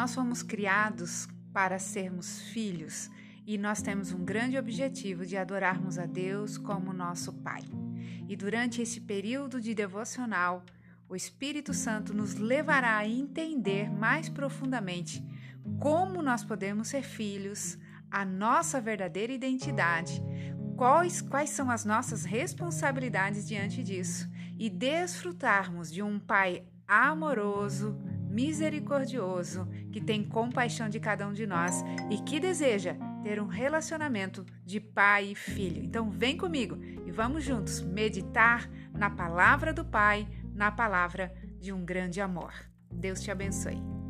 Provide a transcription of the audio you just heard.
Nós fomos criados para sermos filhos e nós temos um grande objetivo de adorarmos a Deus como nosso Pai. E durante esse período de devocional, o Espírito Santo nos levará a entender mais profundamente como nós podemos ser filhos, a nossa verdadeira identidade, quais são as nossas responsabilidades diante disso e desfrutarmos de um Pai amoroso, misericordioso, que tem compaixão de cada um de nós e que deseja ter um relacionamento de pai e filho. Então vem comigo e vamos juntos meditar na palavra do Pai, na palavra de um grande amor. Deus te abençoe.